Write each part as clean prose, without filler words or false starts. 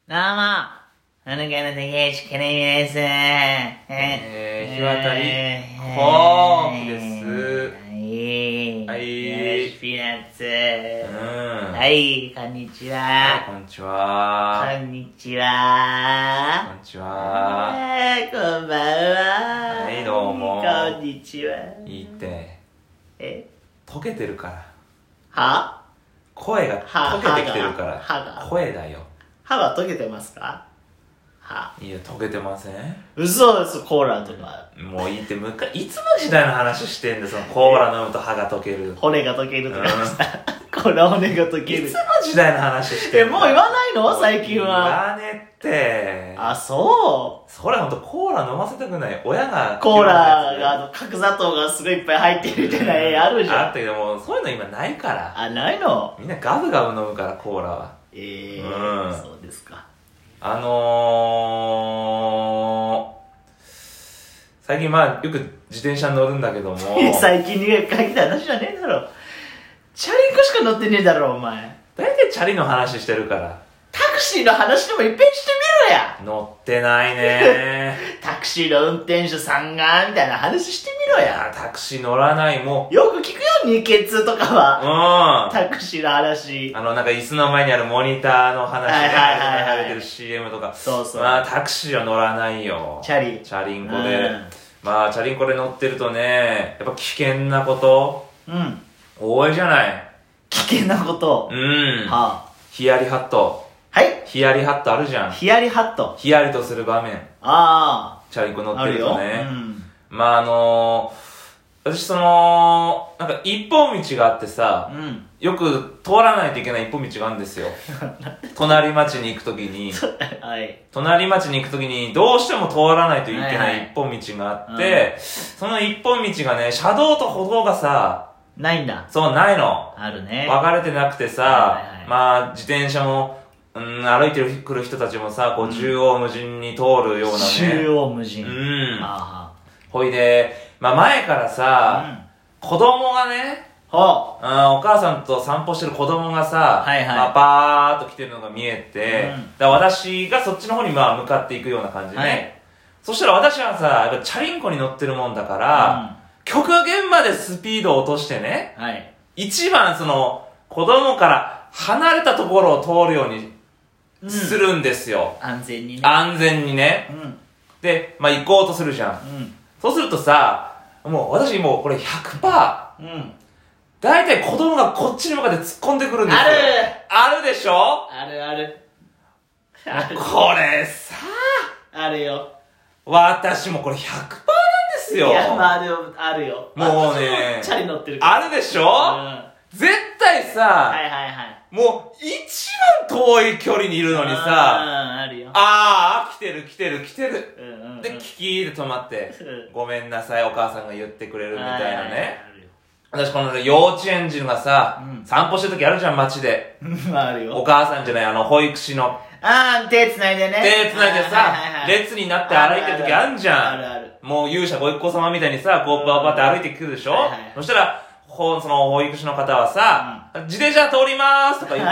どうも、ほのかの竹内くるみです。 日渡りこうきです。 はい。よし、ピーナッツ。 ははい、こんにちは。 こんにちは。 こんにちは。 こんにちは。 こんばんは。 はい、どうも。 こんにちは。 いいって。溶けてるから。 は声が溶けてきてるから。 歯が声だよ。 歯は溶けてますか？ いや、溶けてません？ 嘘です、コーラとか。 もういいって、いつの時代の話してんだよ、そのコーラ飲むと歯が溶ける。 骨が溶けるとかさ。この骨が溶ける。 いつの時代の話してんだよ。 もう言わないの最近は。 言わねって。 あ、そう。 それほんとコーラ飲ませたくない。親が。 コーラが、角砂糖がすごいいっぱい入ってるみたいな絵あるじゃん。 あったけども、そういうの今ないから。 あ、ないの？ みんなガブガブ飲むから、コーラは。 そうですか。 最近まあよく自転車乗るんだけども最近に限った話じゃねえだろ。チャリンコしか乗ってねえだろお前。 大体チャリの話してるから。 タクシーの話でもいっぺんしてみろや。 乗ってないねタクシーの運転手さんがみたいな話してみろや。 タクシー乗らないもうよく聞くよ二血とかは。タクシーの話。 なんか椅子の前にあるモニターの話で流れてる CM とか。 そうそう。 まあタクシーは乗らないよ。チャリンコで。まあチャリンコで乗ってるとね、やっぱ危険なこと多いじゃない。 危険なことヒヤリハット。 はい。 ヒヤリハットあるじゃん。 ヒヤリハット。 ヒヤリとする場面。チャリンコ乗ってるとね。まあ私なんか一本道があってさ、よく通らないといけない一本道があるんですよ。隣町に行くときに、隣町に行くときにどうしても通らないといけない一本道があって、その一本道がね、車道と歩道がさ、 ないんだ。 そう、ないの。 あるね。 分かれてなくてさ、まあ自転車も、歩いてくる人たちもさ、こう縦横無尽に通るようなね。 縦横無尽。 ほいで、まあ前からさ、子供がね、お母さんと散歩してる子供がさ、まあバーっと来てるのが見えて、私がそっちの方にまあ向かっていくような感じね。そしたら私はさ、やっぱチャリンコに乗ってるもんだから、極限までスピードを落としてね、一番子供から離れたところを通るようにするんですよ。 安全にね。 安全にね。で、まあ行こうとするじゃん。そうするとさ、もう私もうこれ 100%、だいたい子供がこっちに向かって突っ込んでくるんですよ。あるでしょ？ ある。 これさ、 あるよ。 私もこれ 100% なんですよ。 いや、まあでも、あるよ。 もうね、 チャリ乗ってるから。 あるでしょ？絶対さ、もう一番遠い距離にいるのにさ、 あるよ。 来てる。で、キーで止まって、ごめんなさい、お母さんが言ってくれるみたいなね。私この幼稚園児がさ、散歩してる時あるじゃん、街で。 あるよ。 お母さんじゃない、保育士の。 手繋いでね。 手繋いでさ、列になって歩いてる時あるじゃん。 ある。 もう勇者ご一行様みたいにさ、こうバーバーって歩いてくるでしょ？そしたら、その保育士の方はさ、自転車通りまーすとか言って、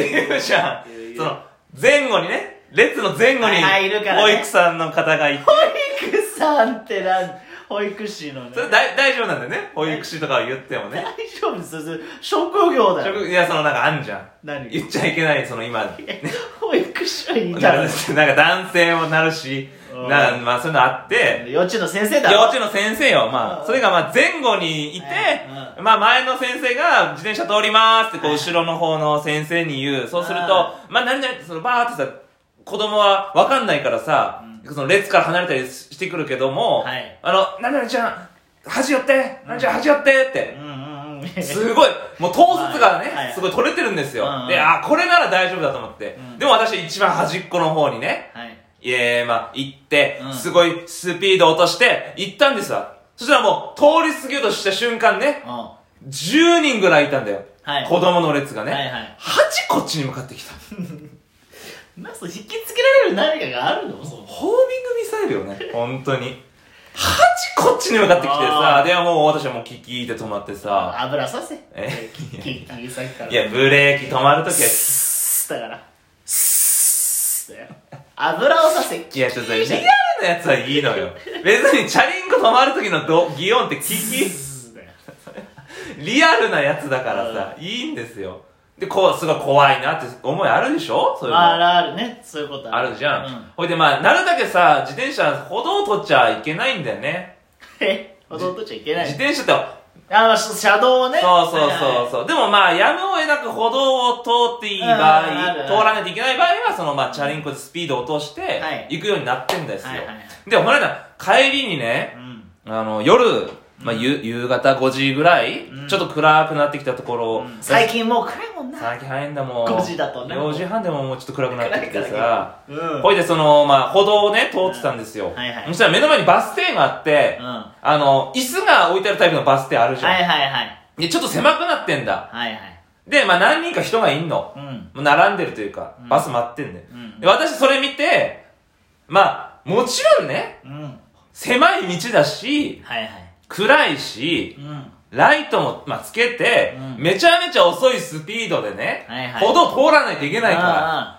言うじゃん。前後にね、列の前後に、保育さんの方がいて。 保育さんって保育士のね。 それ大丈夫なんだよね。保育士とか言ってもね。 大丈夫です。職業だよ。 いや、なんかあんじゃん。 何？ 言っちゃいけない、今。 保育士はいいんじゃない？ なんか男性もなるし、まあそういうのあって。 幼稚園の先生だろ。幼稚園の先生よ。まあ、それがまあ前後にいて、まあ前の先生が自転車通りまーすってこう後ろの方の先生に言う。そうすると、まあ何々ってバーってさ、子供はわかんないからさ、列から離れたりしてくるけども、何々ちゃん、端寄って、何々ちゃん端寄ってって、すごい、もう統率がね、すごい取れてるんですよ。で、これなら大丈夫だと思って。でも私一番端っこの方にね、まあ行って、すごいスピード落として行ったんですわ。そしたらもう通り過ぎようとした瞬間ね、10人ぐらいいたんだよ。子供の列がね。8こっちに向かってきた。 引きつけられる何かがあるの？ ホーミングミサイルよね、本当に。8こっちに向かってきてさ、でもう私はもうキキーって止まってさ。 油させ。 いや、ブレーキ止まるときは、 だから。 油をさせ、 いや、ちょっとリアルなやつはいいのよ。別にチャリンコ止まる時の擬音ってリアルなやつだからさ、いいんですよ。で、すごい怖いなって思いあるでしょ？そういうの。 あるね。そういうことあるじゃん。ほいでなるだけさ、自転車歩道を取っちゃいけないんだよね。 歩道取っちゃいけない。 自転車って車道をね。 そう。でもやむを得なく歩道を通っていい場合、通らないといけない場合は、チャリンコでスピードを落として、行くようになってんですよ。で、この間、帰りにね、夜、夕方5時ぐらい、ちょっと暗くなってきたところ、 最近もう暗いもんな。 最近早いんだもん。 5時だとね。 4時半でももうちょっと暗くなってきてさ、ほいで歩道をね、通ってたんですよ。そしたら目の前にバス停があって、椅子が置いてあるタイプのバス停あるじゃん。で、ちょっと狭くなってんだ。で、何人か人がいんの。並んでるというか、バス待ってんだよ。で、私それ見て、もちろんね、狭い道だし、暗いし、ライトも、つけて、めちゃめちゃ遅いスピードでね、歩道通らないといけないから、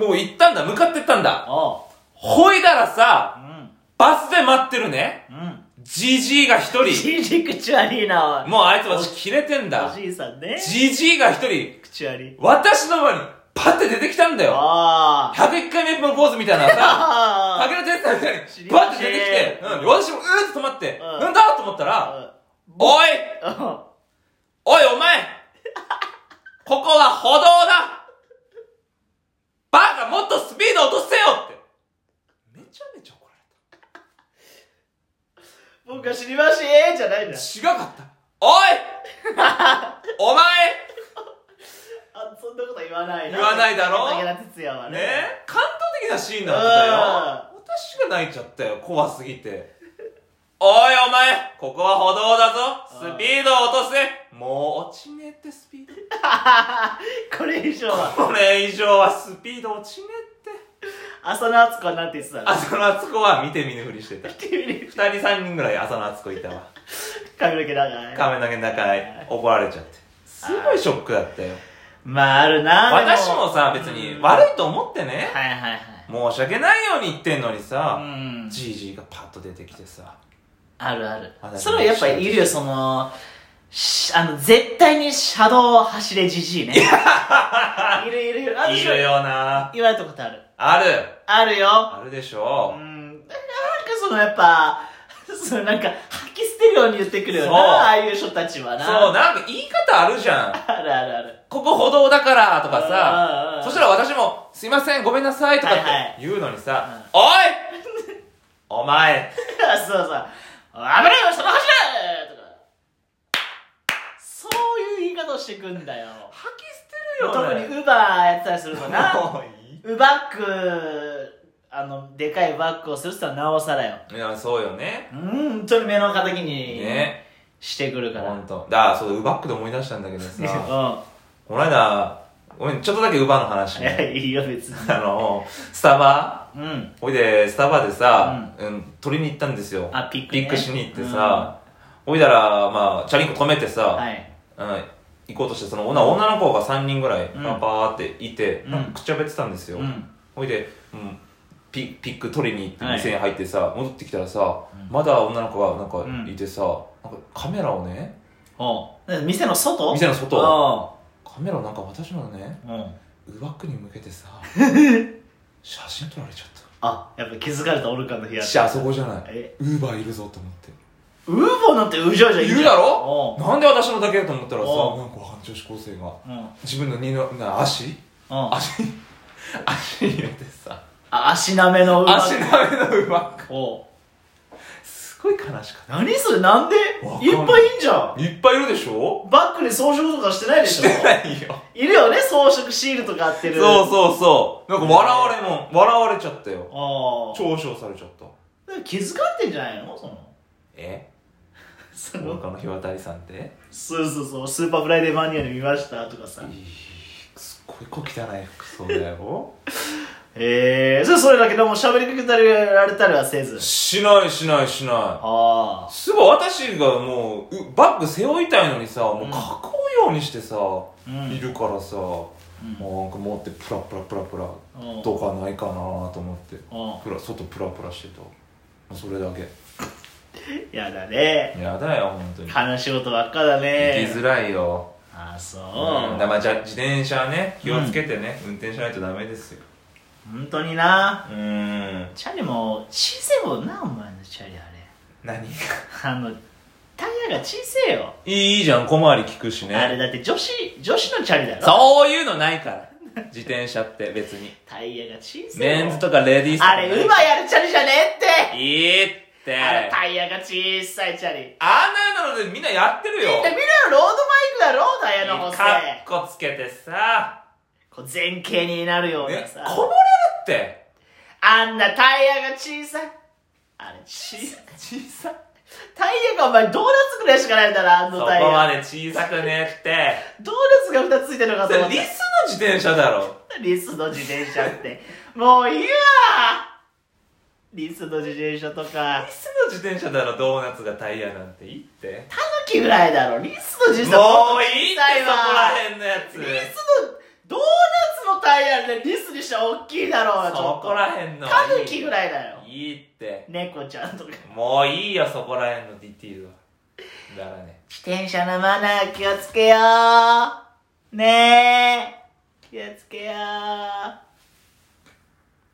もう行ったんだ、向かってったんだ。ほいだらさ、バスで待ってるね、じじいが一人。 じじい口悪いな、おい。 もうあいつ私キレてんだ。 おじいさんね。 じじいが一人、 口悪い。 私の前にパッて出てきたんだよ。101回目のポーズみたいなさ、竹野哲さんみたいに、パッて出てきて、私もって止まって、なんだと思ったら、おいお前ここは歩道だバカもっとスピード落とせよって。めちゃめちゃ怒られた。僕は知りましじゃないんだ。 違かった。おいお前そんなこと言わないな。言わないだろ。 竹田哲也はね。 感動的なシーンだったよ。私が泣いちゃったよ。怖すぎて。おいお前ここは歩道だぞスピードを落とせもう落ちねえってスピード。 これ以上はスピード落ちねえって。 浅野敦子はなんて言ってたの？ 浅野敦子は見て見ぬふりしてた。2人3人ぐらい浅野敦子いたわ。 髪の毛長い。 髪の毛長い。怒られちゃって。すごいショックだったよ。 あるな。 私もさ、別に悪いと思ってね。申し訳ないように言ってんのにさ、じいじいがパッと出てきてさ。 ある。それはやっぱりいるよ、絶対に車道を走れじじいね。いる。 いるよな。 言われたことある。 あるよ。 あるでしょ。 やっぱ、なんか、吐き捨てるように言ってくるよな、ああいう人たちはな。 そう、なんか言い方あるじゃん。 ある。 ここ歩道だからとかさ、そしたら私も、すいません、ごめんなさいとかって言うのにさ、おいお前そう危ないよ、その走れとか。そういう言い方をしてくんだよ。 吐き捨てるよ特にウーバーやったりするとな。ウバック、でかいバックをするって言ったらなおさらよ。 いや、そうよね。 本当に目の敵にしてくるから。 本当。ウバックで思い出したんだけどさ、この間、ごめん、ちょっとだけウバの話ね。 いいよ、別に。 スタバほいで、スタバでさ、取りに行ったんですよ。ピックしに行ってさ、ほいだら、チャリンコ止めてさ、行こうとして、女の子が3人ぐらい、バーっていて、くっちゃべってたんですよ。ほいで、ピック取りに行って店に入ってさ、戻ってきたらさ、まだ女の子がなんかいてさ、なんかカメラをね、 店の外カメラなんか私のね、ウバックに向けてさ、写真撮られちゃった。 やっぱ気づかれたオルカの部屋。 あそこじゃない。ウーバーいるぞと思って。 ウーバーなんてうじゃうじゃいるだろ。なんで私のだけだと思ったらさ、なんか女子高生が自分の足に入れてさ、 足なめのウーバック。すごい悲しかった。 何それ、なんでいっぱいいんじゃん。 いっぱいいるでしょ。 バッグに装飾とかしてないでしょ。 してないよ。 いるよね、装飾シールとかあってる。 そう。なんか笑われちゃったよ。嘲笑されちゃった。 気づかってんじゃないの大岡の日渡さんってそうスーパーフライデーマニアで見ましたとかさ。 すっごい小汚い服装だよ。 それだけでも喋りかけたりられたりはせず。 しない。すごい私がもうバッグ背負いたいのにさ、もう囲うようにしてさ、いるからさ、 もうなんか持ってプラプラプラプラとかないかなと思って外プラプラしてた。それだけ。 やだね。 やだよ本当に。 悲しいことばっかだね。 行きづらいよ。 ああそう。 まあじゃあ自転車ね気をつけてね、運転しないとダメですよ。 本当にな。チャリも小せえもんな、お前のチャリあれ。 何がタイヤが小せえよ。 いいじゃん、小回り利くしね。 あれだって女子のチャリだろ。 そういうのないから自転車って別にタイヤが小せえよ。 メンズとかレディースとかあれ馬やるチャリじゃねえって。 いいってあれタイヤが小さいチャリ。 あんなのでみんなやってるよ。 みんなロードバイクだろ、タイヤの補正。 カッコつけてさこう前傾になるようなさ、 こぼれるって。 あんなタイヤが小さい。あれ小さいタイヤがお前ドーナツぐらいしかないんだな、あのタイヤ。 そこまで小さくねってドーナツが2つついてるのかと思った。 リスの自転車だろ。 リスの自転車ってもういいわ。リスの自転車とかリスの自転車だろ。ドーナツがタイヤなんていいって。 タヌキぐらいだろ。リスの自転車もういいってそこらへんのやつ。 リスのドーナツのタイヤでリスにしては大きいだろう。 そこらへんのタヌキぐらいだよ。 いいって猫ちゃんとか。 もういいよそこらへんのディティールは。だからね、 自転車のマナー気をつけようねえ、気をつけよう。